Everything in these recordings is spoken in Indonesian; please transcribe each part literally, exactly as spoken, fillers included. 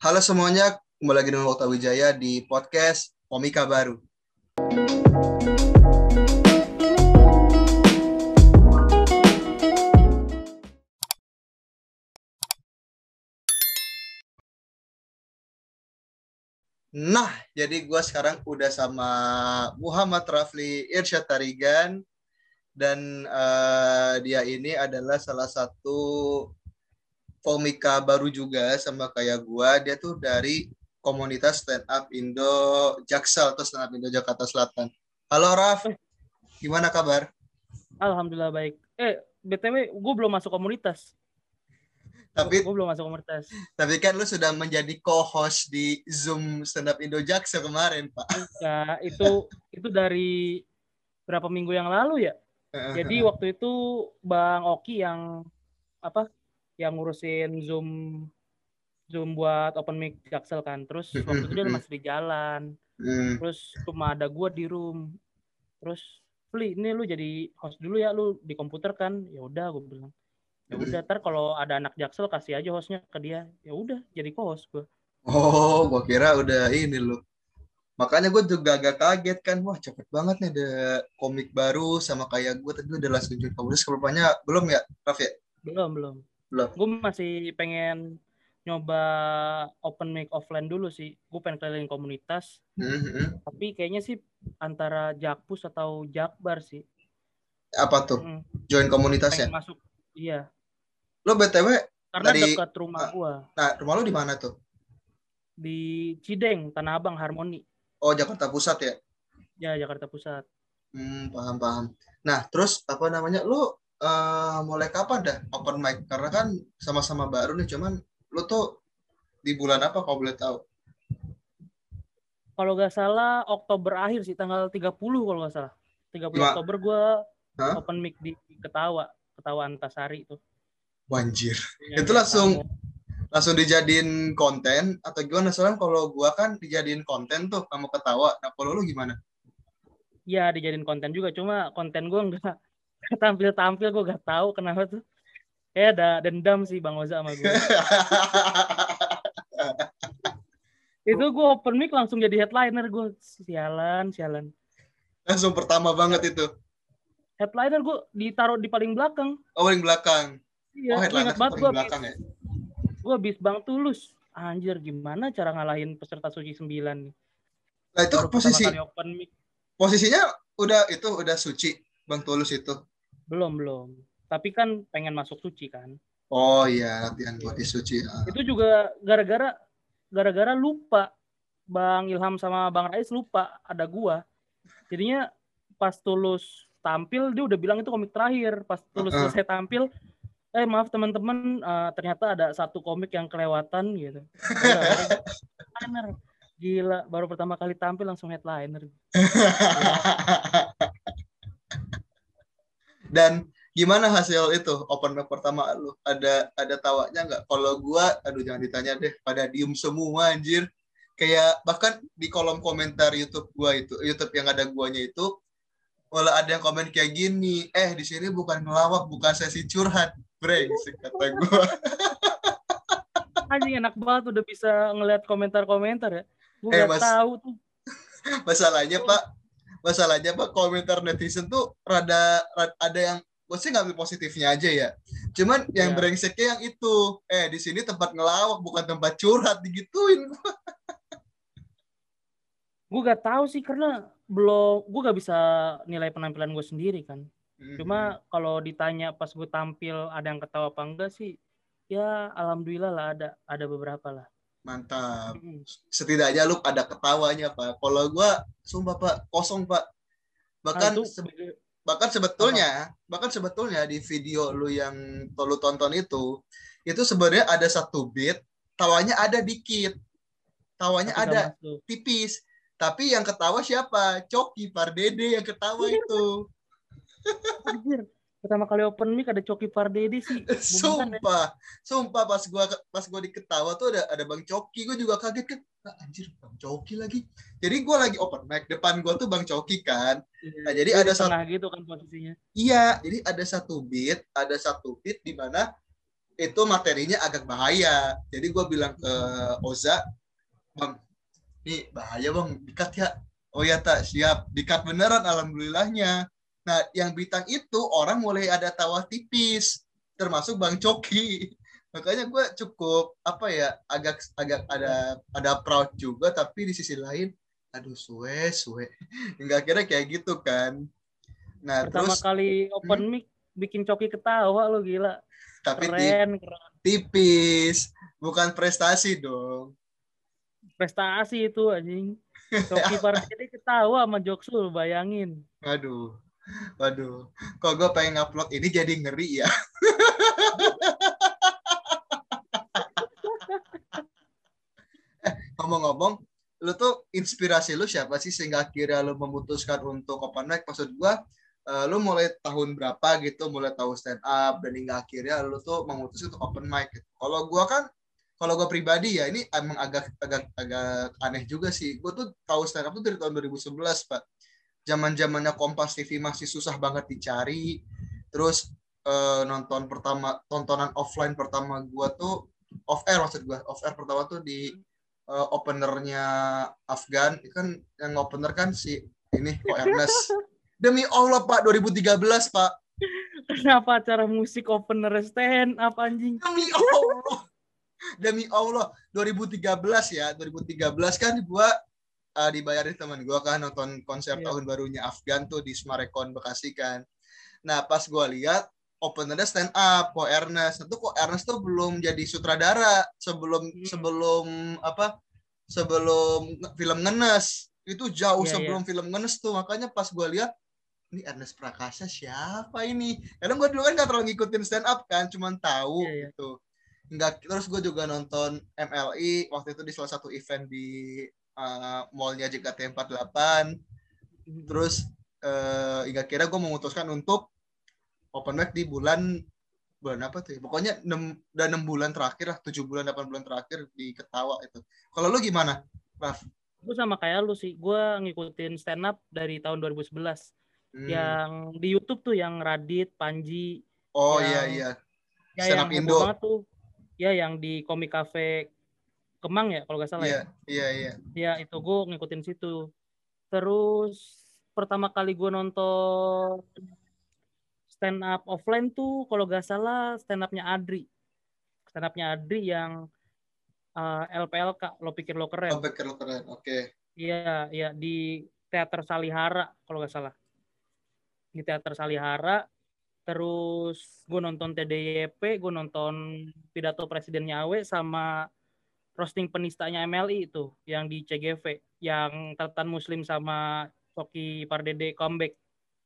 Halo semuanya, kembali lagi dengan Okta Wijaya di podcast Komika Baru. Nah, jadi gue sekarang udah sama Muhammad Rafli Irsyad Tarigan. Dan uh, dia ini adalah salah satu komika baru juga sama kayak gue. Dia tuh dari komunitas stand up Indo Jaksel atau stand up Indo Jakarta Selatan. Halo Raf, Eh, gimana kabar? Alhamdulillah baik. Eh, B T W gue belum masuk komunitas. Tapi Gue belum masuk komunitas. tapi kan lu sudah menjadi co-host di Zoom stand up Indo Jaksel kemarin, Pak. Enggak, itu itu dari berapa minggu yang lalu ya. Jadi waktu itu Bang Oki yang apa? Yang ngurusin Zoom Zoom buat open mic Jaksel kan. Terus waktu itu dia masih di jalan. Terus cuma ada gue di room. Terus, Fli, ini lu jadi host dulu ya, lu di komputer kan? Ya udah, gue bilang. Ya udah, ntar kalau ada anak Jaksel kasih aja hostnya ke dia. Ya udah, jadi co-host gue. Oh, gua kira udah ini loh. Makanya gue juga agak kaget kan. Wah, cepet banget nih ada komik baru sama kayak gue. Tadi udah langsung join komunitas. Keberapanya belum ya, Raf ya? Belum, belum. Belum. Gue masih pengen nyoba open mic offline dulu sih. Gue pengen keliling komunitas. Mm-hmm. Tapi kayaknya sih antara Jakpus atau Jakbar sih. Apa tuh? Mm, Join komunitasnya? pengen masuk. Iya. Lo B T W Karena dari... dekat rumah gue. Nah, rumah lo di mana tuh? Di Cideng, Tanah Abang, Harmoni. Oh, Jakarta Pusat ya? Ya, Jakarta Pusat. Hmm, paham, paham. Nah, terus apa namanya? Lo uh, mulai kapan dah open mic? Karena kan sama-sama baru nih. Cuman lo tuh di bulan apa kalau boleh tahu? Kalau gak salah Oktober akhir sih, tanggal tiga puluh kalau gak salah. tiga puluh Gimana? Oktober gue Hah? open mic di Ketawa. Ketawa Antasari itu. Banjir. Yang Itu langsung langsung dijadiin konten atau gimana? Soalnya kalau gua kan dijadiin konten tuh kamu ketawa. Nah, kalau lu gimana? Ya dijadiin konten juga, cuma konten gue nggak tampil-tampil, gue gak tahu kenapa tuh. Kayak ada dendam sih Bang Oza sama gue. Itu gue open mic langsung jadi headliner gue. Sialan, sialan. Langsung pertama banget itu. Headliner gue ditaruh di paling belakang. Oh, paling belakang. Iya, Oh, gue headliner ingat banget paling gue belakang abis, ya. gue abis Bang Tulus. Anjir, gimana cara ngalahin peserta Suci sembilan nih. Nah, itu Baru posisi pertama kali open mic. posisinya udah itu udah Suci Bang Tulus itu. Belum, belum. Tapi kan pengen masuk Suci kan. Oh iya, latihan buat di Suci. Ah. Itu juga gara-gara gara-gara lupa. Bang Ilham sama Bang Rais lupa ada gua. Jadinya pas Tulus tampil dia udah bilang itu komik terakhir. Pas Tulus Uh-uh. selesai tampil, eh maaf teman-teman, uh, ternyata ada satu komik yang kelewatan gitu. Udah akhirnya gua headliner. Gila, baru pertama kali tampil langsung headliner. Dan gimana hasil itu open mic pertama lu? Ada ada tawanya nggak? Kalau gua, aduh jangan ditanya deh, pada diem semua anjir. Kayak bahkan di kolom komentar YouTube gua itu, YouTube yang ada guanya itu, malah ada yang komen kayak gini, eh di sini bukan ngelawak, bukan sesi curhat, brengsek kata gua. Anjing enak banget udah bisa ngeliat komentar-komentar ya. Gue Eh gak mas, tahu tuh. masalahnya Pak, masalahnya Pak komentar netizen tuh rada, rada ada yang gue sih ngambil positifnya aja ya. Cuman yang Ya. brengseknya yang itu, eh di sini tempat ngelawak bukan tempat curhat, digituin. Gue gak tahu sih karena belum, gue gak bisa nilai penampilan gue sendiri kan. Cuma kalau ditanya pas gue tampil ada yang ketawa apa enggak sih, ya alhamdulillah lah ada ada beberapa lah. Mantap. Mm-hmm. Setidaknya lu ada ketawanya Pak. Kalau gue, sumpah Pak, kosong Pak. Bahkan Nah, itu se- bahkan sebetulnya, apa? bahkan sebetulnya di video lu yang lu tonton itu, itu sebenarnya ada satu bit, tawanya ada dikit. Tawanya Tapi ada tipis. Tapi yang ketawa siapa? Coki Pardede yang ketawa itu. Anjir, pertama kali open mic ada Coki Pardede sih. Sumpah, ya. Sumpah pas gua pas gua diketawa tuh ada ada Bang Coki, gua juga kaget kan. Nah, anjir, Bang Coki lagi. Jadi gua lagi open mic, depan gua tuh Bang Coki kan. Nah, jadi dia ada di tengah satu gitu kan posisinya. Iya, jadi ada satu beat, ada satu beat di mana itu materinya agak bahaya. Jadi gue bilang ke Oza, bang, nih bahaya bang, dikat ya. Oh ya tak, siap. Dikat beneran, alhamdulillahnya. Nah, yang bintang itu orang mulai ada tawa tipis, termasuk Bang Coki. Makanya gue cukup apa ya, agak agak ada ada proud juga, tapi di sisi lain, aduh suwe suwe. Enggak kira kayak gitu kan. Nah Pertama terus, kali open hmm, mic bikin Coki ketawa lo, gila. tapi Keren, keren. tipis, bukan prestasi dong. Prestasi itu anjing. Coki Pardede ketawa sama Joksul, bayangin. Waduh, waduh. Kok gue pengen ngupload ini jadi ngeri ya. eh, ngomong-ngomong, lu tuh inspirasi lu siapa sih sehingga akhirnya lu memutuskan untuk open mic? Maksud gue, uh, lu mulai tahun berapa gitu, mulai tahu stand up, dan hingga akhirnya lu tuh memutuskan untuk open mic gitu. Kalau gue kan, kalau gue pribadi ya, ini emang agak agak agak aneh juga sih. Gue tuh tahu stand up tuh dari tahun dua ribu sebelas, Pak. Zaman-zamannya Kompas T V masih susah banget dicari. Terus uh, nonton pertama, tontonan offline pertama gue tuh off air maksud gue, off air pertama tuh di uh, openernya Afgan. Itu kan yang opener kan si ini kok Ernest. Demi Allah Pak, dua ribu tiga belas Pak. Kenapa acara musik opener stand up anjing? Demi Allah. Demi Allah, dua ribu tiga belas ya, dua ribu tiga belas kan gua uh, dibayarin teman gua kan nonton konser Yeah. tahun barunya Afgan tuh di Smarekon Bekasi kan. Nah, pas gua lihat openernya stand up kok Ernest. Itu kok Ernest tuh belum jadi sutradara sebelum hmm. sebelum apa? Sebelum film Ngenes. Itu jauh yeah, sebelum yeah. film Ngenes tuh. Makanya pas gua lihat ini Ernest Prakasa siapa ini? Karena gue dulu kan gak terlalu ngikutin stand up kan, cuman tahu yeah, yeah. gitu. Enggak, terus gue juga nonton M L I waktu itu di salah satu event di uh, mallnya J K T empat puluh delapan. Terus uh, hingga kira gue memutuskan untuk open mic di bulan bulan apa tuh ya? Pokoknya enam, udah enam bulan terakhir lah, tujuh bulan, delapan bulan terakhir di Ketawa itu. Kalau lu gimana, Raf? Gue sama kayak lu sih, gue ngikutin stand up dari tahun dua ribu sebelas. Hmm. Yang di YouTube tuh yang Radit, Panji. Oh yang, iya iya. Ya stand yang heboh banget tuh. Ya yang di Komik Cafe Kemang ya kalau nggak salah yeah, ya. Iya iya. Ya itu gue ngikutin situ. Terus pertama kali gue nonton stand up offline tuh kalau nggak salah stand upnya Adri. Stand upnya Adri yang uh, L P L K, lo pikir lo keren. Lo pikir lo keren, oke. Okay. Iya, iya di Teater Salihara kalau nggak salah. Di Teater Salihara. Terus gue nonton T D Y P, gue nonton pidato presidennya A W sama roasting penistanya M L I itu yang di C G V, yang Tatan Muslim sama Coki Pardede comeback.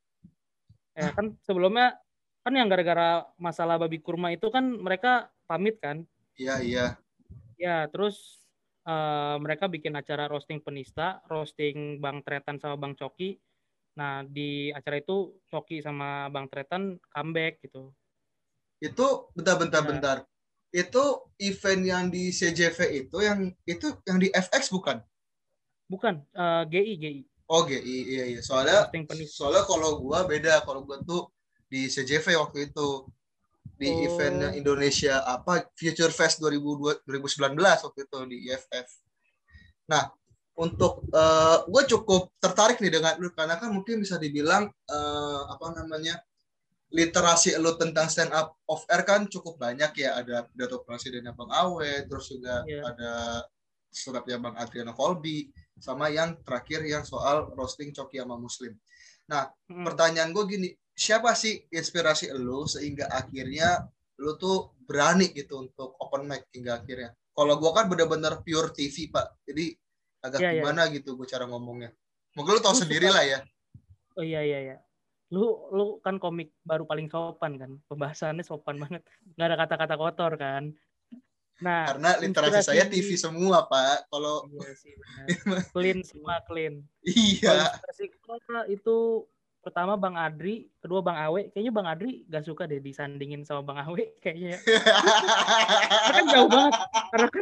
Ya kan sebelumnya kan yang gara-gara masalah babi kurma itu kan mereka pamit kan? Iya, iya. Ya, terus uh, mereka bikin acara roasting penista, roasting Bang Tretan sama Bang Coki. Nah, di acara itu Coki sama Bang Tretan comeback gitu. Itu bentar-bentar ya. bentar. Itu event yang di C J V itu yang itu yang di F X bukan? Bukan, uh, G I G I. Oh, G I. Iya iya. Soalnya soalnya kalau gua beda, kalau gua tuh di C J V waktu itu. Di oh. eventnya Indonesia apa Future Fest dua ribu sembilan belas waktu itu di I F F. Nah, untuk uh, gue cukup tertarik nih dengan lu karena kan mungkin bisa dibilang uh, apa namanya literasi lu tentang stand up off air kan cukup banyak ya, ada pidato presidennya Bang Awe, terus juga yeah. ada suratnya Bang Adriano Kolbi, sama yang terakhir yang soal roasting Coki sama Muslim. Nah, hmm. pertanyaan gue gini, siapa sih inspirasi lu sehingga akhirnya lu tuh berani gitu untuk open mic hingga akhirnya? Kalau gue kan benar-benar pure T V Pak, jadi agak yeah, gimana yeah. gitu gue cara ngomongnya. Mungkin lu tahu lu sendiri suka... lah ya. Oh iya iya iya. Lu lu kan komik baru paling sopan kan, pembahasannya sopan banget, nggak ada kata-kata kotor kan. Nah, karena literasi inspirasi... saya T V semua Pak. Kalau iya sih, clean semua clean. Iya. Inspirasi itu pertama Bang Adri, kedua Bang Awe. Kayaknya Bang Adri gak suka deh disandingin sama Bang Awe kayaknya. Karena kan jauh banget. Karena kan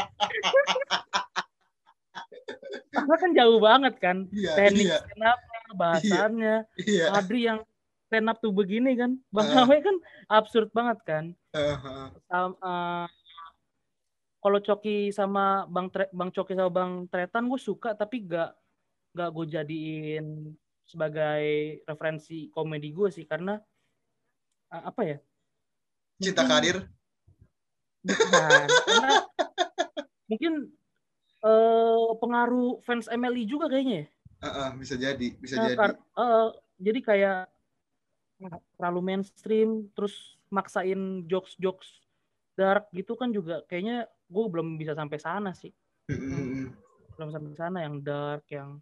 Karena kan jauh banget kan. Iya, teknik iya. stand up-nya, bahasannya. Iya, iya. Adri yang stand up tuh begini kan. Bang uh, Awe kan absurd banget kan. Uh-huh. Um, uh, kalau Coki sama Bang Tre, Bang Coki sama Bang Tretan gue suka, tapi gak gak gue jadiin sebagai referensi komedi gue sih, karena uh, apa ya? Cinta Mungkin karir? Bukan, karena mungkin uh, pengaruh fans M L E juga kayaknya ya. Uh-uh, bisa jadi, bisa Nah, jadi. kar- uh, jadi kayak terlalu mainstream, terus maksain jokes-jokes dark gitu kan juga kayaknya gue belum bisa sampai sana sih. Mm-mm. Belum sampai sana yang dark, yang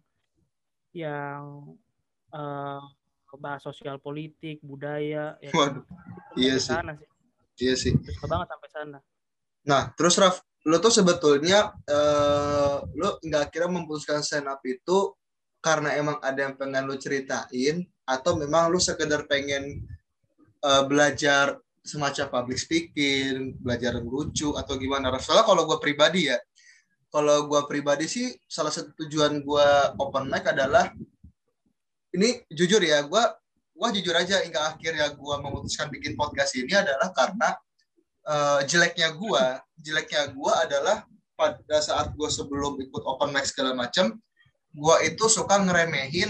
yang uh, bahas sosial politik, budaya, ya kan. Waduh, Belum iya sampai sih, sana sih. iya sih. Susah banget sampai sana. Nah, terus Raf, lo tuh sebetulnya eh, lo nggak kira memutuskan stand up itu karena emang ada yang pengen lo ceritain atau memang lo sekedar pengen eh, belajar semacam public speaking, belajar lucu atau gimana? Raf? Soalnya kalau gue pribadi ya, kalau gue pribadi sih salah satu tujuan gue open mic adalah ini jujur ya, gue gue jujur aja hingga akhirnya gue memutuskan bikin podcast ini adalah karena uh, jeleknya gue jeleknya gue adalah pada saat gue sebelum ikut open mic segala macam gue itu suka ngeremehin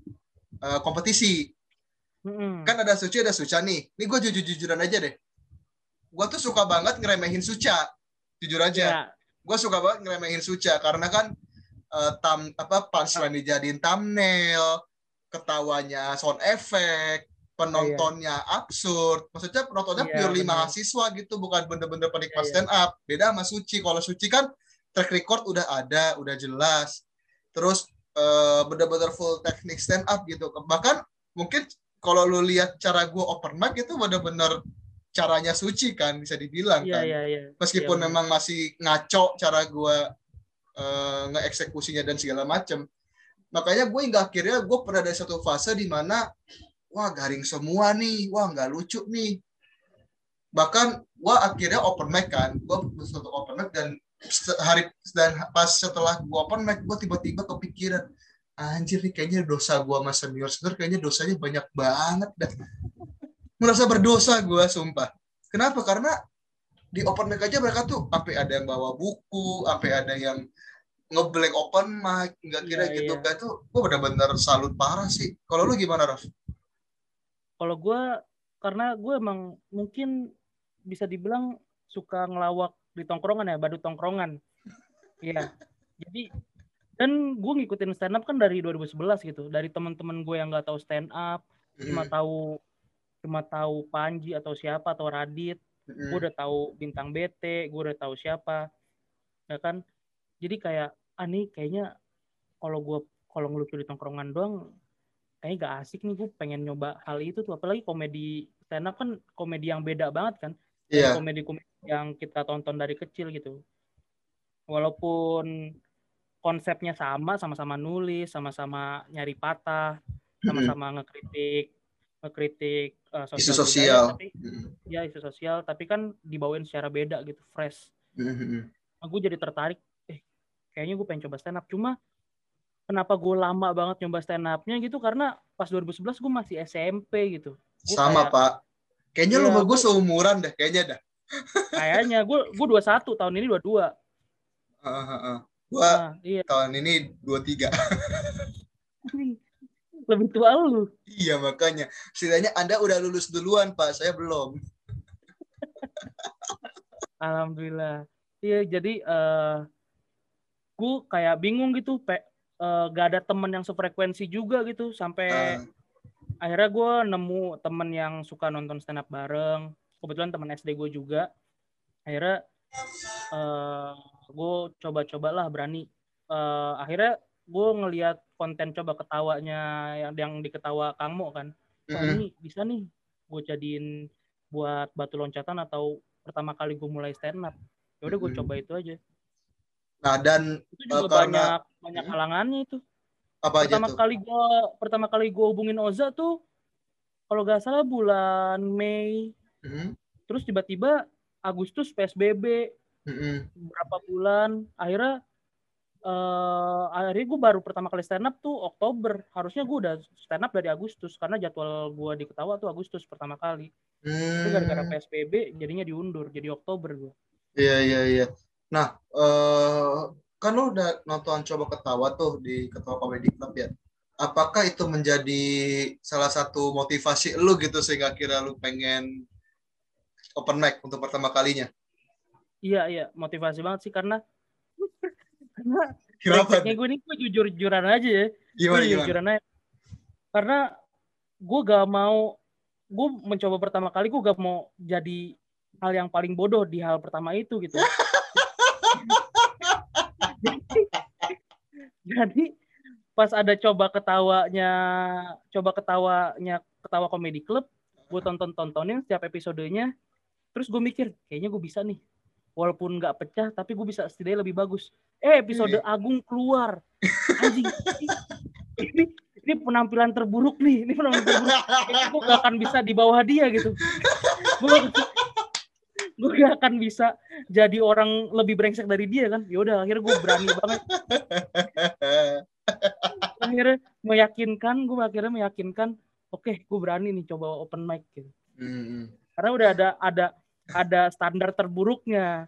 uh, kompetisi. Mm-mm. Kan ada Suci ada Suca nih, ini gue jujur jujuran aja deh, gue tuh suka banget ngeremehin Suca, jujur aja. Ya, Gue suka banget ngeremehin Suca karena kan uh, tam apa punchline dijadiin thumbnail, ketawanya sound effect, ya, ya, penontonnya absurd. Maksudnya penontonnya iya purely benar. mahasiswa gitu, bukan bener-bener Ya, penikmat ya. stand up. Beda sama Suci. Kalau Suci kan track record udah ada, udah jelas. Terus uh, bener-bener full teknik stand up gitu. Bahkan mungkin kalau lu lihat cara gue open mic itu bener-bener caranya Suci kan, bisa dibilang Iya, kan. iya, iya. Iya Meskipun benar. memang masih ngaco cara gue uh, ngeeksekusinya dan segala macam. Makanya gue hingga akhirnya gue pernah ada satu fase di mana wah garing semua nih, wah nggak lucu nih. Bahkan gue akhirnya open mic kan, gue untuk open mic dan hari dan pas setelah gue open mic gue tiba-tiba kepikiran anjir nih kayaknya dosa gue sama senior senior kayaknya dosanya banyak banget dah. Merasa berdosa gue sumpah. Kenapa? Karena di open mic aja mereka tuh apa ada yang bawa buku, apa ada yang ngeblank open mic, nggak Iya, kira iya. gitu kan tuh gue benar-benar salut parah sih. Kalau lu gimana Raf? Kalau gue, karena gue emang mungkin bisa dibilang suka ngelawak di tongkrongan ya, badut tongkrongan. Iya. Jadi, dan gue ngikutin stand up kan dari dua ribu sebelas gitu. Dari teman-teman gue yang nggak tahu stand up, cuma Mm-hmm. tahu cuma tahu Panji atau siapa atau Radit. Gue Mm-hmm. udah tahu Bintang B T, gue udah tahu siapa, ya kan. Jadi kayak, ah nih kayaknya kalau gue kalau ngelucu di tongkrongan doang kayaknya gak asik nih, gue pengen nyoba hal itu tuh, apalagi komedi stand up kan komedi yang beda banget kan dari Iya. komedi-komedi yang kita tonton dari kecil gitu, walaupun konsepnya sama, sama-sama nulis, sama-sama nyari patah, Mm-hmm. sama-sama ngekritik ngekritik uh, Isu sosial budaya, sosial. tapi Mm-hmm. ya isu sosial, tapi kan dibawain secara beda gitu, fresh. Mm-hmm. Nah, gue jadi tertarik, eh kayaknya gue pengen coba stand up. Cuma kenapa gue lama banget nyoba stand up-nya gitu, karena pas dua ribu sebelas gue masih S M P gitu. Gue Sama kayak, Pak. Kayaknya lu iya sama gue gue seumuran dah, kayaknya dah. kayaknya gue gue dua puluh satu tahun ini, dua puluh dua. Uh, uh, uh. Gue Ah, iya. tahun ini dua puluh tiga. Lebih tua lu. Iya makanya. Setidaknya Anda udah lulus duluan Pak, saya belum. Alhamdulillah. Iya, jadi uh, gue kayak bingung gitu, pe, uh, gak ada temen yang sefrekuensi juga gitu, sampai Uh, akhirnya gue nemu temen yang suka nonton stand up bareng. Kebetulan temen S D gue juga. Akhirnya uh, gue coba-cobalah berani. Uh, akhirnya gue ngelihat konten coba ketawanya yang yang diketawa Kang Mo kan. Wah mm-mm. ini bisa nih gue jadiin buat batu loncatan atau pertama kali gue mulai stand up. Ya udah gue coba Mm-mm. itu aja. Nah dan Itu uh, juga karena banyak banyak hmm, halangannya itu. apa aja Pertama tuh? kali gue pertama kali gue hubungin Oza tuh kalau gak salah bulan Mei. Mm-mm. Terus tiba-tiba Agustus P S B B Mm-mm. berapa bulan. Akhirnya uh, akhirnya gue baru pertama kali stand up tuh Oktober. Harusnya gue udah stand up dari Agustus karena jadwal gue di Ketawa tuh Agustus pertama kali. Tapi gara-gara Hmm. P S B B jadinya diundur, jadi Oktober gue. Iya, iya, iya. Nah, eh, kan lu udah nonton Coba Ketawa tuh di Ketawa Comedy Club ya. Apakah itu menjadi salah satu motivasi lu gitu sehingga kira lu pengen open mic untuk pertama kalinya? Iya, iya, motivasi banget sih karena karena Kenapa brengseknya nih? gue nih, gue jujur-jujuran aja ya. Gue Gimana, gimana? jujur-jujuran aja. Karena gue gak mau, gue mencoba pertama kali, gue gak mau jadi hal yang paling bodoh di hal pertama itu gitu. Jadi, jadi pas ada coba ketawanya, coba ketawanya ketawa komedi klub, gue tonton tontonin setiap episodenya. Terus gue mikir, kayaknya gue bisa nih. Walaupun nggak pecah, tapi gue bisa setidaknya lebih bagus. Eh, episode Wih. Agung keluar. Anjing, ini, ini penampilan terburuk nih. Ini penampilan terburuk. Kayaknya gue gak akan bisa di bawah dia gitu. Gue gue gak akan bisa jadi orang lebih brengsek dari dia kan. Ya udah, akhirnya gue berani banget. Akhirnya meyakinkan, gue akhirnya meyakinkan, oke, okay, gue berani nih coba open mic gitu. Hmm. Karena udah ada ada ada standar terburuknya.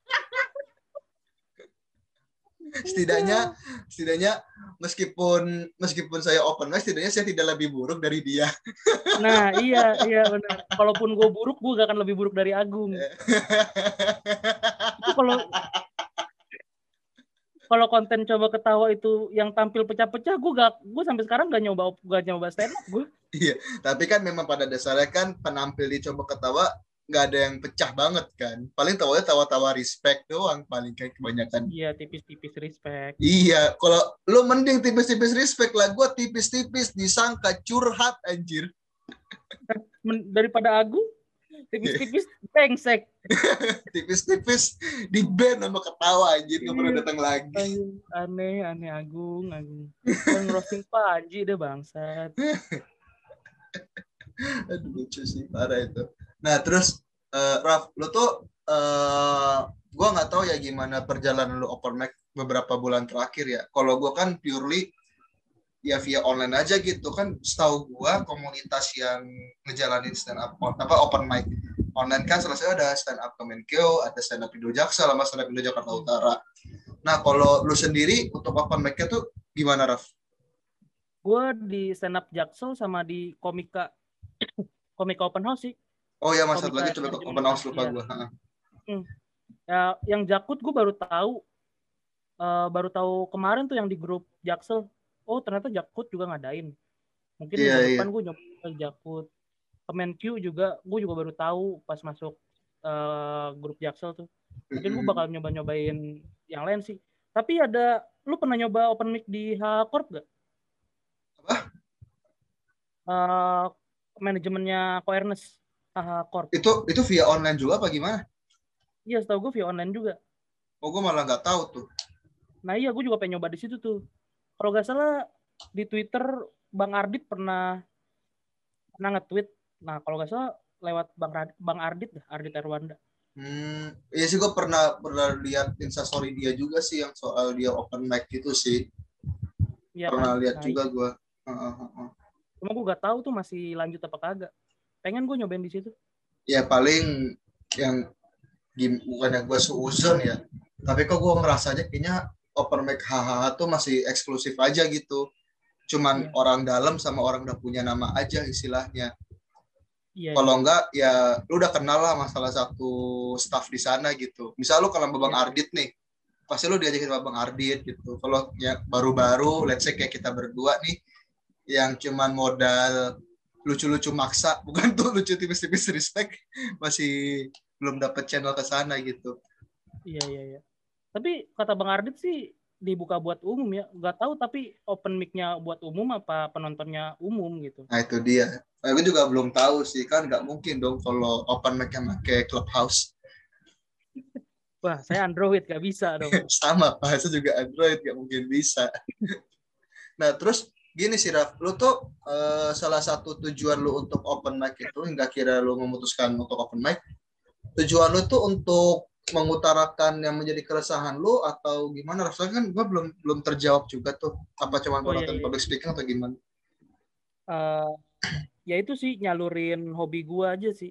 Setidaknya, setidaknya meskipun meskipun saya open mic, setidaknya saya tidak lebih buruk dari dia. Nah, iya, iya benar. Kalaupun gue buruk, gue gak akan lebih buruk dari Agung. Itu kalau kalau konten Coba Ketawa itu yang tampil pecah-pecah, gue gak, gue sampai sekarang gak nyoba gak nyoba stand up gue. Iya, tapi kan memang pada dasarnya kan penampil di Coba Ketawa nggak ada yang pecah banget kan. Paling tawanya tawa-tawa respect doang paling kayak kebanyakan. Iya, tipis-tipis respect. Iya, kalau lu mending tipis-tipis respect lah, gue tipis-tipis disangka curhat anjir. Daripada Agung, tipis-tipis brengsek. Tipis-tipis di band sama ketawa anjir, gak pernah datang lagi. Aneh, aneh Agung, Agung. Dan ngerosting Panji deh bangsat. Aduh lucu sih, parah itu. Nah terus, uh, Raf, lu tuh, uh, gue nggak tahu ya gimana perjalanan lu open mic beberapa bulan terakhir ya. Kalau gue kan purely ya via online aja gitu kan. Setahu gue komunitas yang ngejalanin stand up apa open mic online kan selesai ada stand up Kemenkeu, ada stand up Indo Jaksel sama stand up Indo Jakarta Utara. Nah kalau lu sendiri untuk open mic-nya tuh gimana, Raf? Gue di stand up Jaksel sama di komika komika open house sih. Oh ya, mas, satu Komika lagi coba manajemen open house lupa ya. gue. Hmm. Ya, yang Jakut gue baru tahu, uh, baru tahu kemarin tuh yang di grup Jaksel. Oh ternyata Jakut juga ngadain. Mungkin Iya, minggu iya. depan gue nyoba Jakut. Kemenkeu juga gue juga baru tahu pas masuk uh, grup Jaksel tuh. Mungkin gue bakal nyoba-nyobain yang lain sih. Tapi ada, lu pernah nyoba open mic di H-Corp gak? Apa? Uh, manajemennya Ko Ernest H-Corp. Itu itu via online juga apa gimana? Iya, setahu gue via online juga. Oh, gue malah nggak tahu tuh. Nah iya, gue juga pengen nyoba di situ tuh. Kalau nggak salah di Twitter Bang Ardit pernah pernah nge-tweet. Nah kalau nggak salah lewat Bang Radit, Bang Ardit dah, Ardit Erwanda. Hmm, iya sih gue pernah pernah lihat instastory dia juga sih yang soal dia open mic gitu sih. Iya Pernah kan? lihat Nah, juga iya. gue. Uh, uh, uh. Cuma gue nggak tahu tuh masih lanjut apa kagak. Pengen gue nyobain di situ. Ya paling yang bukannya gue seuzon ya, tapi kok gue ngerasanya kayaknya open mic hahaha tuh masih eksklusif aja gitu. Cuman Iya. orang dalam sama orang udah punya nama aja istilahnya. Iya, Kalau iya. enggak ya lu udah kenal lah masalah satu staff di sana gitu. Misal lu kenal Bang Iya. Ardit nih, pasti lu diajakin sama Bang Ardit gitu. Kalau ya baru-baru, let's say kayak kita berdua nih, yang cuman modal lucu-lucu maksa, bukan tuh lucu tipis-tipis respect, masih belum dapet channel ke sana gitu. Iya, iya, iya. Tapi kata Bang Ardit sih dibuka buat umum ya. Gak tahu tapi open mic-nya buat umum apa penontonnya umum gitu. Nah itu dia. Nah, gue juga belum tahu sih, kan nggak mungkin dong kalau open mic-nya pakai Clubhouse. Wah, saya Android gak bisa dong. Sama, bahasa juga Android gak mungkin bisa. Nah, terus gini sih, Raf, lu tuh uh, salah satu tujuan lu untuk open mic itu, hingga kira lu memutuskan untuk open mic, tujuan lu tuh untuk mengutarakan yang menjadi keresahan lu atau gimana? Rasanya kan gue belum belum terjawab juga tuh. Apa cuma Oh, iya, konten iya. public speaking atau gimana? Uh, ya itu sih nyalurin hobi gue aja sih.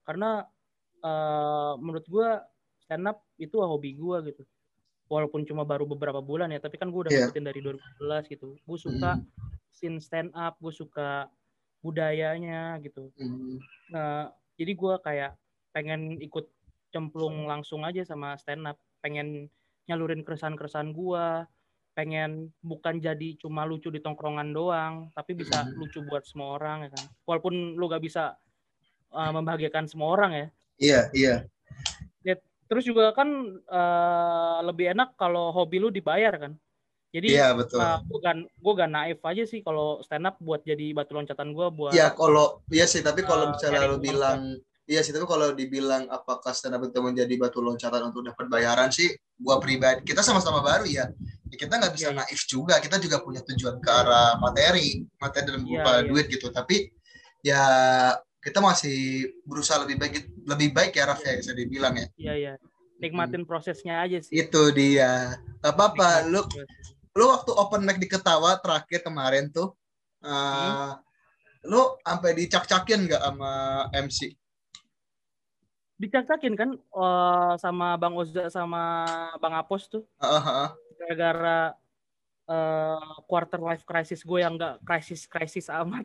Karena uh, menurut gue stand up itu hobi gue gitu. Walaupun cuma baru beberapa bulan ya, tapi kan gue udah yeah. ngikutin dari dua ribu dua belas gitu. Gue suka mm. scene stand up, gue suka budayanya gitu. Mm. Nah, jadi gue kayak pengen ikut cemplung langsung aja sama stand up, pengen nyalurin keresahan-keresahan gue, pengen bukan jadi cuma lucu di tongkrongan doang, tapi bisa mm. lucu buat semua orang ya kan. Walaupun lu gak bisa uh, membahagiakan semua orang ya. Iya, yeah, iya. Yeah. Terus juga kan uh, lebih enak kalau hobi lu dibayar kan. Jadi yeah, betul. Uh, gue gak, gue gak naif aja sih kalau stand up buat jadi batu loncatan gue buat. Iya, kalau iya sih, tapi kalau uh, misalnya lu bilang iya sih, tapi kalau dibilang apakah stand up itu menjadi batu loncatan untuk dapat bayaran sih, gue pribadi, kita sama-sama baru ya. Kita nggak bisa yeah. naif juga, kita juga punya tujuan ke arah materi, materi dalam berupa yeah, yeah. duit gitu. Tapi ya kita masih berusaha lebih baik, lebih baik ya Raf ya, bisa dibilang ya. Iya yeah, iya. Yeah. Nikmatin hmm. prosesnya aja sih. Itu dia. Gak apa-apa, lu lu waktu open mic di Ketawa terakhir kemarin tuh, uh, hmm. lu sampai dicak-cakin nggak sama M C? Dicak-cakin kan uh, sama Bang Oza sama Bang Apos tuh. Uh-huh. Gara-gara uh, quarter life crisis gue yang nggak krisis-krisis amat.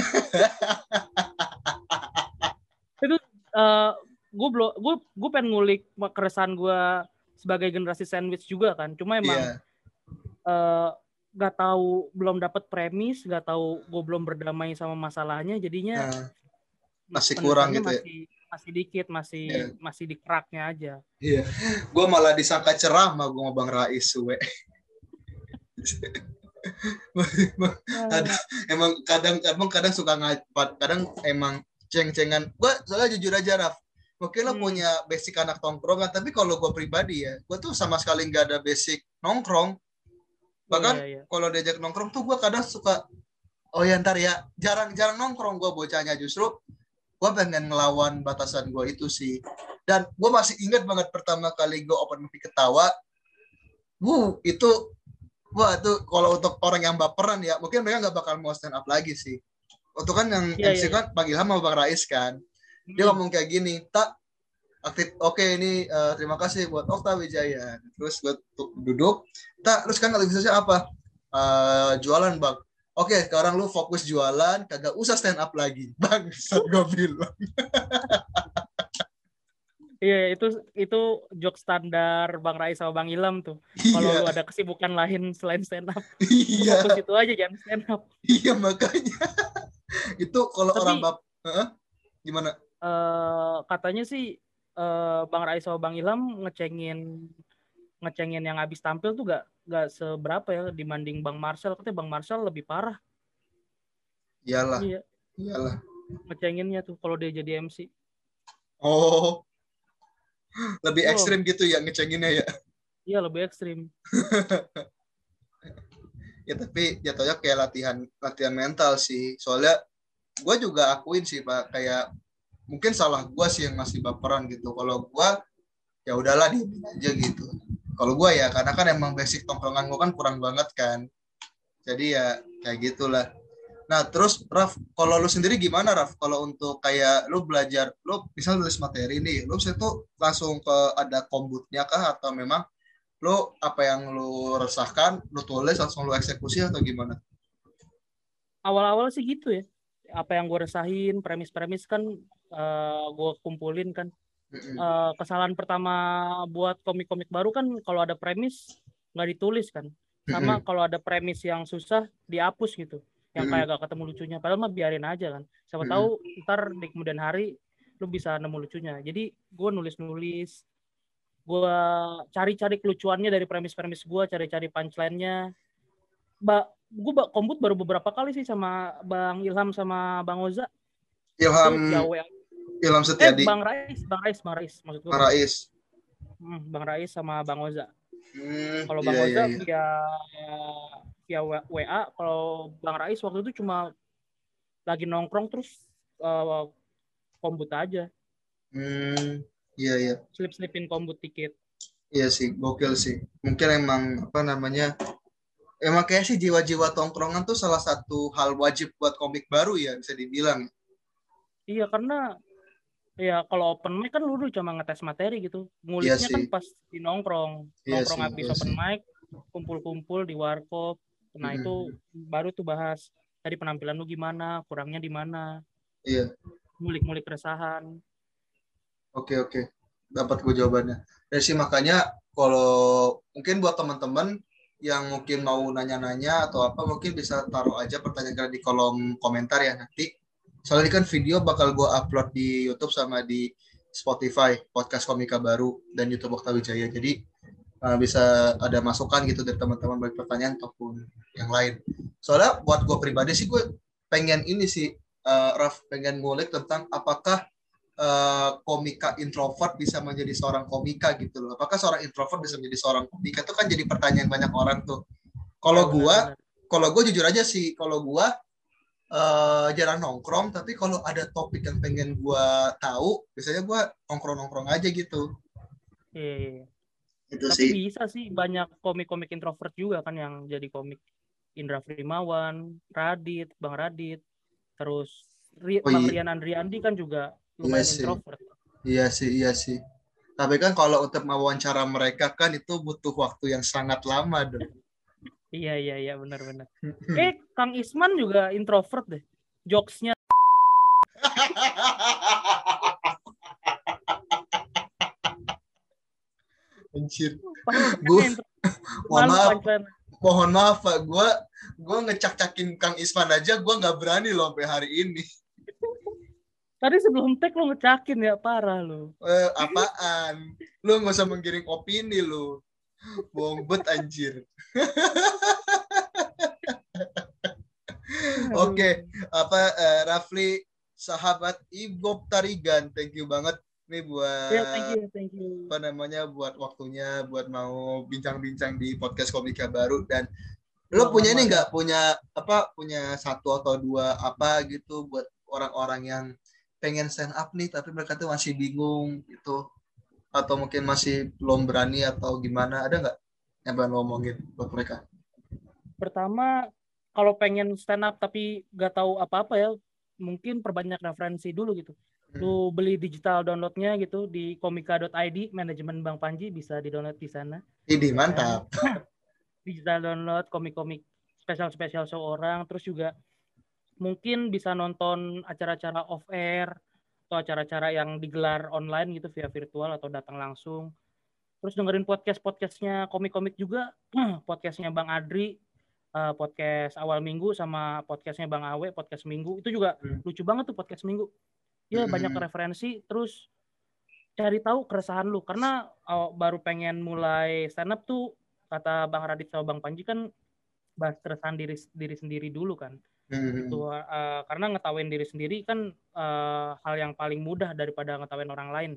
Itu uh, gue belum gue gue pengen ngulik keresahan gue sebagai generasi sandwich juga kan. Cuma emang yeah. uh, gak tahu, belum dapat premis, gak tahu, gue belum berdamai sama masalahnya, jadinya uh, masih kurang gitu masih, ya. Masih dikit, masih yeah. masih di keraknya aja. Iya, yeah. Gue malah disangka ceramah gue sama Bang Rais, we. emang kadang emang kadang suka ngapat, kadang emang ceng-cengan. Gue soalnya jujur aja Raf, mungkin lo hmm. punya basic anak tongkrongan, tapi kalau gue pribadi ya, gue tuh sama sekali nggak ada basic nongkrong. Bahkan oh, iya, iya. kalau diajak nongkrong tuh gue kadang suka, oh ya ntar ya, jarang-jarang nongkrong gue bocahnya, justru gue pengen ngelawan batasan gue itu sih. Dan gue masih ingat banget pertama kali gue open mic Ketawa, wuh itu, wah tuh kalau untuk orang yang baperan ya, mungkin mereka nggak bakal mau stand up lagi sih. Untuk kan yang yeah, M C yeah, kan yeah. Bang Ilham sama Bang Rais kan, hmm. dia ngomong kayak gini, tak aktif, oke okay, ini uh, terima kasih buat Okta Wijaya. Terus gue duduk, tak terus kan aktivitasnya apa? Uh, jualan Bang. Oke, okay, sekarang lu fokus jualan, kagak usah stand up lagi. Bang, gue bilang. Iya, itu itu joke standar Bang Rais sama Bang Ilham tuh. Kalau iya. lu ada kesibukan lain selain stand up, iya. fokus itu aja, jangan stand up. Iya, makanya. Itu kalau orang bap, uh, gimana? Uh, katanya sih uh, Bang Rais sama Bang Ilham ngecengin ngecengin yang habis tampil tuh gak, gak seberapa ya dibanding Bang Marcel. Katanya Bang Marcel lebih parah. Iyalah. Iya. Iyalah. Ngecenginnya tuh kalau dia jadi M C. Oh. Lebih oh. ekstrim gitu ya ngecenginnya ya. Iya, lebih ekstrim. Ya tapi jatuhnya kayak latihan latihan mental sih. Soalnya gue juga akuin sih Pak, kayak mungkin salah gue sih yang masih baperan gitu. Kalau gue ya udahlah diemin aja gitu. Kalau gue ya, karena kan emang basic tongkrongan gue kan kurang banget kan. Jadi ya kayak gitulah. Nah terus Raf, kalau lu sendiri gimana Raf? Kalau untuk kayak lu belajar, lu misalnya tulis materi nih, lu bisa tuh langsung ke ada kombutnya kah? Atau memang lu apa yang lu resahkan, lu tulis langsung lu eksekusi atau gimana? Awal-awal sih gitu ya. Apa yang gue resahin, premis-premis kan uh, gue kumpulin kan. Uh, kesalahan pertama buat komik-komik baru kan kalau ada premis nggak ditulis kan, sama mm-hmm. kalau ada premis yang susah dihapus gitu, yang mm-hmm. kayak gak ketemu lucunya, padahal mah biarin aja kan, siapa mm-hmm. tahu ntar di kemudian hari lu bisa nemu lucunya. Jadi gue nulis-nulis, gue cari-cari kelucuannya dari premis-premis gue, cari-cari punchline-nya. Ba, gue kombut baru beberapa kali sih sama Bang Ilham sama Bang Oza. Ilham Ilham Setiadi. Eh, Bang Rais, Bang Rais, Bang Rais, maksud gue. Bang Rais. Hmm, Bang Rais sama Bang Oza. Hmm, kalau Bang iya, Oza iya, iya. via via W A, kalau Bang Rais waktu itu cuma lagi nongkrong terus uh, kombut aja. Hmm, iya iya. Slip-slipin kombut dikit. Iya sih, gokil sih. Mungkin emang apa namanya? Emang kayak sih jiwa-jiwa tongkrongan tuh salah satu hal wajib buat komik baru ya, bisa dibilang. Iya, karena Ya kalau open mic kan lu dulu cuma ngetes materi gitu. Nguliknya Iya kan sih. pas di nongkrong. Iya Nongkrong sih, habis iya open sih. mic, kumpul-kumpul di warkop. Nah itu Mm-mm. baru tuh bahas tadi penampilan lu gimana, kurangnya di mana, Iya. ngulik-ngulik keresahan. Oke, oke. Dapat gue jawabannya. Ya sih makanya kalau mungkin buat teman-teman yang mungkin mau nanya-nanya atau apa mungkin bisa taruh aja pertanyaan kalian di kolom komentar ya nanti. Soalnya ini kan video bakal gue upload di YouTube sama di Spotify podcast Komika Baru dan YouTube Okta Wijaya. Jadi uh, bisa ada masukan gitu dari teman-teman baik pertanyaan ataupun yang lain. Soalnya buat gue pribadi sih gue pengen ini sih uh, Raf pengen ngulik tentang apakah uh, komika introvert bisa menjadi seorang komika gitu loh. Apakah seorang introvert bisa menjadi seorang komika itu kan jadi pertanyaan banyak orang tuh. Iya Kalau gua, benar-benar. kalau gua jujur aja sih, kalau gua uh, jarang nongkrong, tapi kalau ada topik yang pengen gua tahu, biasanya gua nongkrong-nongkrong aja gitu. Iya, iya, iya. Itu Tapi sih. bisa sih banyak komik-komik introvert juga kan yang jadi komik. Indra Frimawan, Radit, Bang Radit, terus Ri- Oh Bang iya, Rian Andriandi kan juga iya lumayan sih, introvert. iya sih, iya sih. Tapi kan kalau untuk mewawancara mereka kan itu butuh waktu yang sangat lama dong. Iya, iya, iya, benar-benar. Eh, Kang Isman juga introvert deh. Jokesnya Anjir. Gue, punchline-nya intro- mohon malu maaf, punchline. mohon maaf Pak, gue gue ngecak-cakin Kang Isman aja, gue nggak berani loh sampai hari ini. Tadi sebelum tag lo ngecakin ya, parah lo. Eh, apaan? Lu nggak usah menggiring opini lu. Bohong bet anjir. Oke, Aduh. apa uh, Rafli sahabat Ibob Tarigan, thank you banget nih Ya, thank buat you, thank you. apa namanya buat waktunya buat mau bincang-bincang di podcast Komika Baru dan lo punya ini Sama-sama dan nggak punya apa punya satu atau dua apa gitu buat orang-orang yang pengen stand up nih tapi mereka tuh masih bingung gitu atau mungkin masih belum berani atau gimana ada nggak yang pengen ngomongin buat mereka? pertama kalau pengen stand up tapi gak tahu apa-apa ya, mungkin perbanyak referensi dulu gitu. Hmm. Lu beli digital downloadnya gitu di komika dot i d, manajemen Bang Panji bisa di-download di sana. Ini Ya kan? mantap. Digital download komik-komik spesial-spesial show orang, terus juga mungkin bisa nonton acara-acara off air atau acara-acara yang digelar online gitu via virtual atau datang langsung. Terus dengerin podcast-podcastnya komik-komik juga, podcastnya Bang Adri, uh, podcast awal minggu sama podcastnya Bang Awe, podcast minggu. Itu juga Hmm. lucu banget tuh podcast minggu. Ya banyak Hmm. referensi, terus cari tahu keresahan lu. Karena oh, baru pengen mulai stand up tuh, kata Bang Radit sama Bang Panji kan bahas keresahan diri, diri sendiri dulu kan. Hmm. Itu uh, karena ngetawain diri sendiri kan uh, hal yang paling mudah daripada ngetawain orang lain.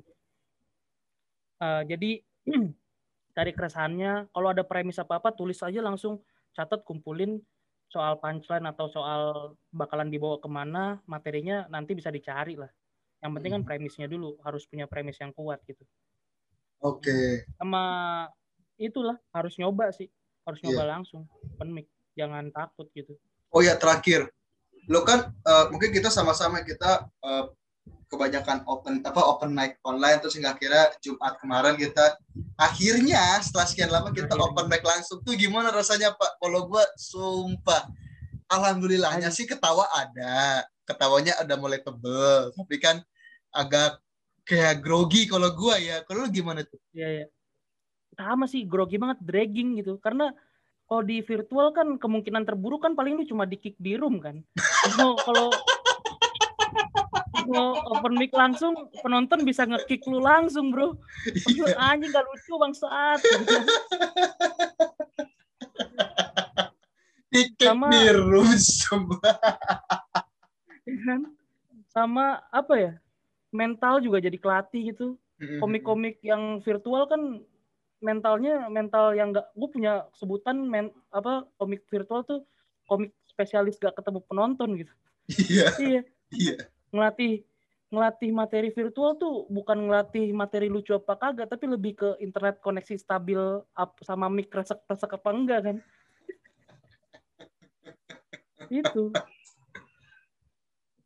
Uh, jadi cari keresahannya. Kalau ada premis apa-apa, tulis aja langsung, catat, kumpulin soal punchline atau soal bakalan dibawa kemana, materinya nanti bisa dicari lah. Yang penting kan Hmm. premisnya dulu, harus punya premis yang kuat gitu. Oke. Sama itulah, harus nyoba sih. Harus nyoba Iya. langsung, open mic. Jangan takut gitu. Oh ya terakhir, lo kan uh, mungkin kita sama-sama kita uh, kebanyakan open apa open mic online terus hingga akhirnya Jumat kemarin kita akhirnya setelah sekian lama kita Akhirnya. open mic langsung tuh gimana rasanya Pak? Kalau gue sumpah alhamdulillahnya Aja. sih ketawa ada, ketawanya ada mulai tebel, tapi kan agak kayak grogi kalau gue ya. Kalau lu gimana tuh? Iya, ya. Sama sih, grogi banget, dragging gitu. Karena kalau di virtual kan kemungkinan terburuk kan paling lu cuma di kick di room kan. Kalau kalau mau open mic langsung, penonton bisa nge-kick lu langsung, bro. Maksud, anjing gak lucu bangsat gitu kan. Tiket di Sama room semua. ya kan? Sama apa ya? Mental juga jadi kelatih gitu. Komik-komik yang virtual kan mentalnya mental yang gak, gue punya sebutan men, apa komik virtual tuh komik spesialis gak ketemu penonton gitu. Iya. Iya. Iya. Ngelatih ngelatih materi virtual tuh bukan ngelatih materi lucu apa kagak, tapi lebih ke internet koneksi stabil up, sama mic resek-resek apa enggak kan. Itu.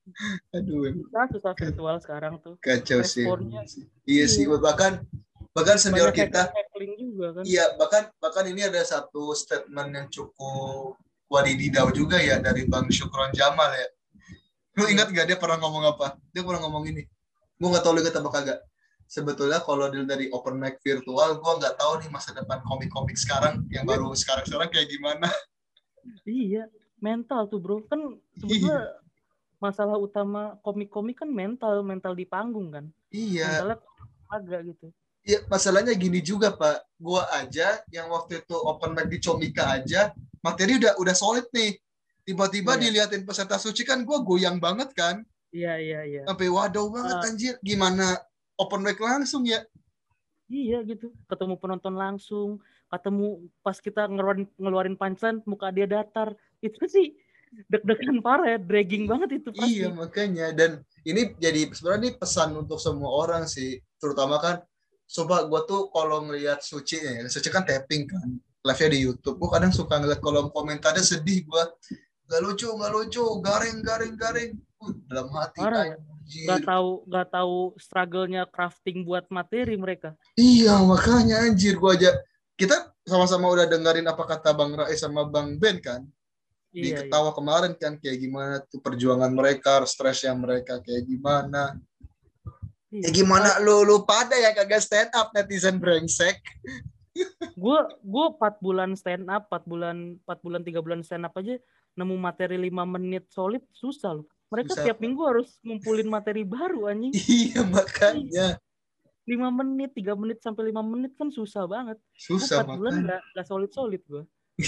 Aduh. Susah, susah virtual sekarang tuh. Kacau sih. Responnya. Iya sih, bahkan bahkan senior Banyak kita. hackling juga kan. Iya, bahkan bahkan ini ada satu statement yang cukup wadididau juga ya dari Bang Syukron Jamal ya. Lu Iya. ingat gak dia pernah ngomong apa? Dia pernah ngomong ini. Gue nggak tahu lu ingat apa kagak. Sebetulnya kalau dari open mic virtual, gue nggak tahu nih masa depan komik-komik sekarang yang baru sekarang-sekarang kayak gimana. Iya, mental tuh bro. Kan sebetulnya masalah utama komik-komik kan mental, mental di panggung kan. Iya. Mentalnya agak gitu. Iya, masalahnya gini juga Pak. Gue aja yang waktu itu open mic di Comika aja, materi udah udah solid nih. Tiba-tiba iya. Diliatin peserta suci kan gue goyang banget kan. Iya, iya, iya. Sampai waduh banget uh, anjir. Gimana open mic langsung ya? Iya gitu. Ketemu penonton langsung. Ketemu pas kita ngeluarin, ngeluarin punchline, muka dia datar. Itu sih deg-degan parah ya. Dragging banget itu pasti. Iya makanya. Dan ini jadi sebenarnya ini pesan untuk semua orang sih. Terutama kan, coba gue tuh kalau ngelihat Suci ya. Suci kan tapping kan. Live-nya di YouTube. Gue kadang suka ngeliat kolom komentarnya sedih gue. Gak lucu, gak lucu, garing, garing, garing. Uh, dalam hati. Parah ya. Gak tahu, gak tahu struggle-nya crafting buat materi mereka. Iya, makanya anjir gue aja. Kita sama-sama udah dengerin apa kata Bang Rai sama Bang Ben kan. Di Iya, ketawa iya. kemarin kan kayak gimana tuh perjuangan mereka, stresnya mereka kayak gimana. Iya. Ya gimana lu lu pada yang kagak stand up netizen brengsek. Gue gue empat bulan stand up, empat bulan empat bulan tiga bulan stand up aja nemu materi lima menit solid susah loh. Mereka susah, tiap Pak. Minggu harus ngumpulin materi baru anjing. Iya makanya. lima menit, tiga menit sampai lima menit kan susah banget. Susah empat bulan gak, gak solid-solid gue.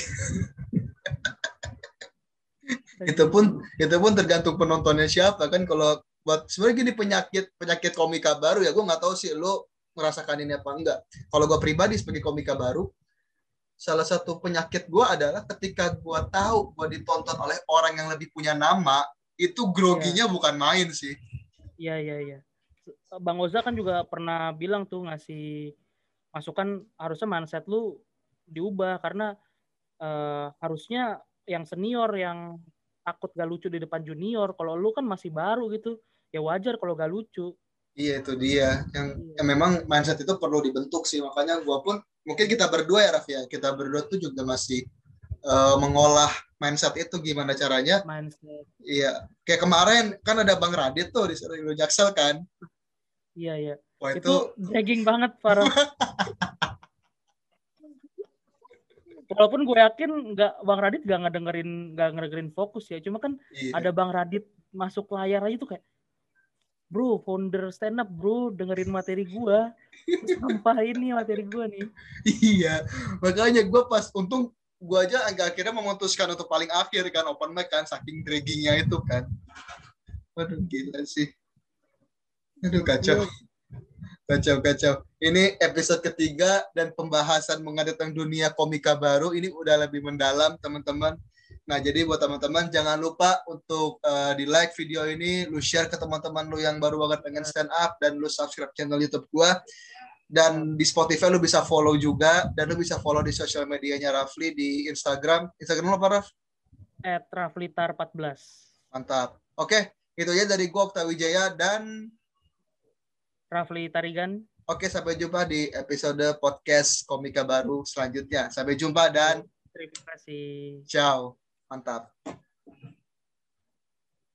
itu pun itu pun tergantung penontonnya siapa kan. Kalau buat sebenarnya gini penyakit penyakit komika baru ya, gue nggak tahu sih lo merasakan ini apa enggak. Kalau gue pribadi sebagai komika baru, salah satu penyakit gue adalah ketika gue tahu gue ditonton oleh orang yang lebih punya nama, itu groginya ya. Bukan main sih. Iya iya iya. Bang Oza kan juga pernah bilang tuh ngasih masukan harusnya mindset lu diubah karena uh, harusnya yang senior yang takut gak lucu di depan junior. Kalau lu kan masih baru gitu, ya wajar kalau gak lucu. Iya itu dia. Yang, iya. yang memang mindset itu perlu dibentuk sih. Makanya gue pun, mungkin kita berdua ya Raf ya, kita berdua tuh juga masih uh, mengolah mindset itu gimana caranya. Mindset. Iya. Kayak kemarin kan ada Bang Radit tuh di Seru Jaksel kan. Iya iya. Wah, itu, itu dragging banget parah. Walaupun gue yakin nggak Bang Radit nggak ngedengerin nggak ngedengerin fokus ya, cuma kan iya. Ada Bang Radit masuk layar aja tuh kayak, bro founder stand up bro dengerin materi gue, sampah ini materi gue nih. Iya, makanya gue pas untung gue aja agak akhirnya memutuskan untuk paling akhir kan open mic kan saking draggingnya itu kan. Waduh gila sih. Aduh kacau. Iya. Kacau, kacau. Ini episode ketiga dan pembahasan mengenai tentang dunia komika baru ini udah lebih mendalam, teman-teman. Nah, jadi buat teman-teman jangan lupa untuk uh, di like video ini, lu share ke teman-teman lu yang baru banget pengen stand up dan lu subscribe channel YouTube gua. Dan di Spotify lu bisa follow juga dan lu bisa follow di sosial medianya Rafli di Instagram. Instagram lu apa, Raf? at raflitar empat belas. Mantap. Oke, itu aja dari gua Okta Wijaya dan Rafli Tarigan. Oke, sampai jumpa di episode podcast Komika Baru selanjutnya. Sampai jumpa dan terima kasih. Ciao. Mantap.